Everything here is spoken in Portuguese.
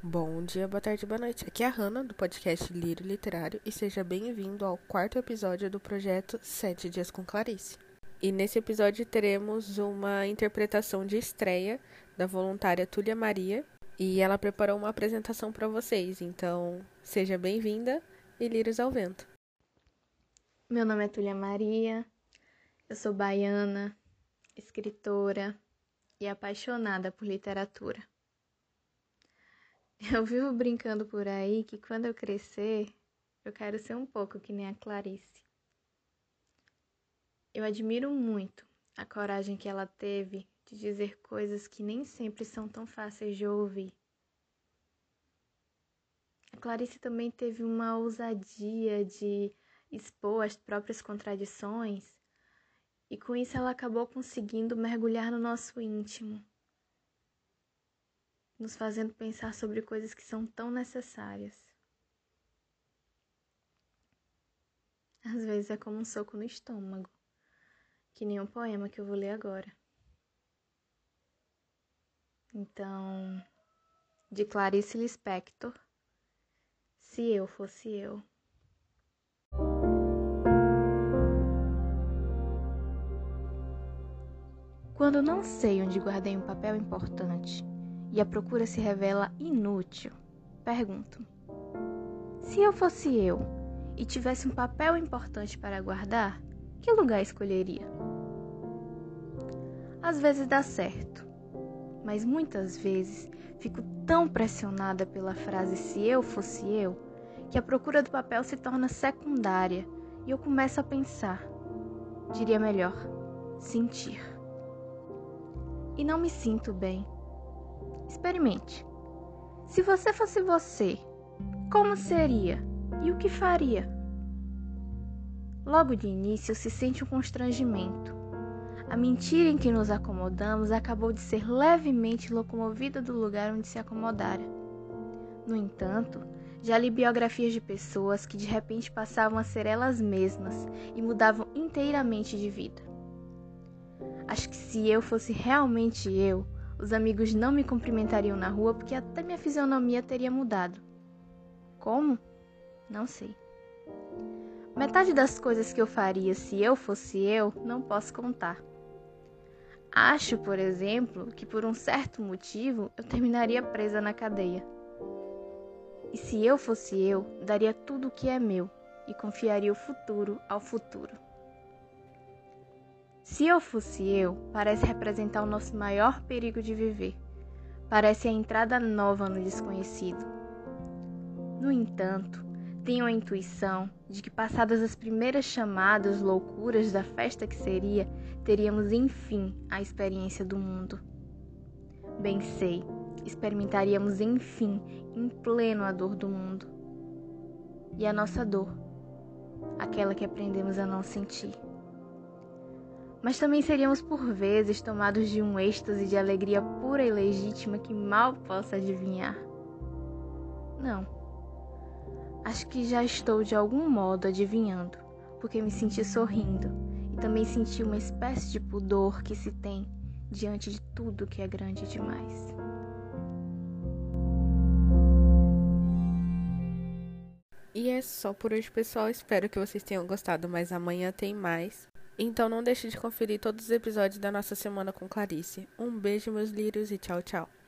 Bom dia, boa tarde, boa noite. Aqui é a Hannah, do podcast Lírio Literário, e seja bem-vindo ao quarto episódio do projeto 7 Dias com Clarice. E nesse episódio teremos uma interpretação de estreia da voluntária Túlia Maria, e ela preparou uma apresentação para vocês, então seja bem-vinda e lírios ao vento. Meu nome é Túlia Maria, eu sou baiana, escritora e apaixonada por literatura. Eu vivo brincando por aí que quando eu crescer, eu quero ser um pouco que nem a Clarice. Eu admiro muito a coragem que ela teve de dizer coisas que nem sempre são tão fáceis de ouvir. A Clarice também teve uma ousadia de expor as próprias contradições e com isso ela acabou conseguindo mergulhar no nosso íntimo, nos fazendo pensar sobre coisas que são tão necessárias. Às vezes é como um soco no estômago, que nem um poema que eu vou ler agora. Então, de Clarice Lispector, Se Eu Fosse Eu. Quando não sei onde guardei um papel importante e a procura se revela inútil, pergunto: se eu fosse eu e tivesse um papel importante para guardar, que lugar escolheria? Às vezes dá certo, mas muitas vezes fico tão pressionada pela frase "se eu fosse eu", que a procura do papel se torna secundária e eu começo a pensar, diria melhor, sentir. E não me sinto bem. Experimente. Se você fosse você, como seria e o que faria? Logo de início se sente um constrangimento. A mentira em que nos acomodamos acabou de ser levemente locomovida do lugar onde se acomodara. No entanto, já li biografias de pessoas que de repente passavam a ser elas mesmas e mudavam inteiramente de vida. Acho que se eu fosse realmente eu, os amigos não me cumprimentariam na rua porque até minha fisionomia teria mudado. Como? Não sei. Metade das coisas que eu faria se eu fosse eu, não posso contar. Acho, por exemplo, que por um certo motivo eu terminaria presa na cadeia. E se eu fosse eu, daria tudo o que é meu e confiaria o futuro ao futuro. Se eu fosse eu, parece representar o nosso maior perigo de viver. Parece a entrada nova no desconhecido. No entanto, tenho a intuição de que passadas as primeiras chamadas loucuras da festa que seria, teríamos enfim a experiência do mundo. Bem sei, experimentaríamos enfim, em pleno a dor do mundo. E a nossa dor, aquela que aprendemos a não sentir. Mas também seríamos por vezes tomados de um êxtase de alegria pura e legítima que mal posso adivinhar. Não. Acho que já estou de algum modo adivinhando, porque me senti sorrindo e também senti uma espécie de pudor que se tem diante de tudo que é grande demais. E é só por hoje, pessoal. Espero que vocês tenham gostado, mas amanhã tem mais. Então não deixe de conferir todos os episódios da nossa Semana com Clarice. Um beijo, meus lírios, e tchau, tchau.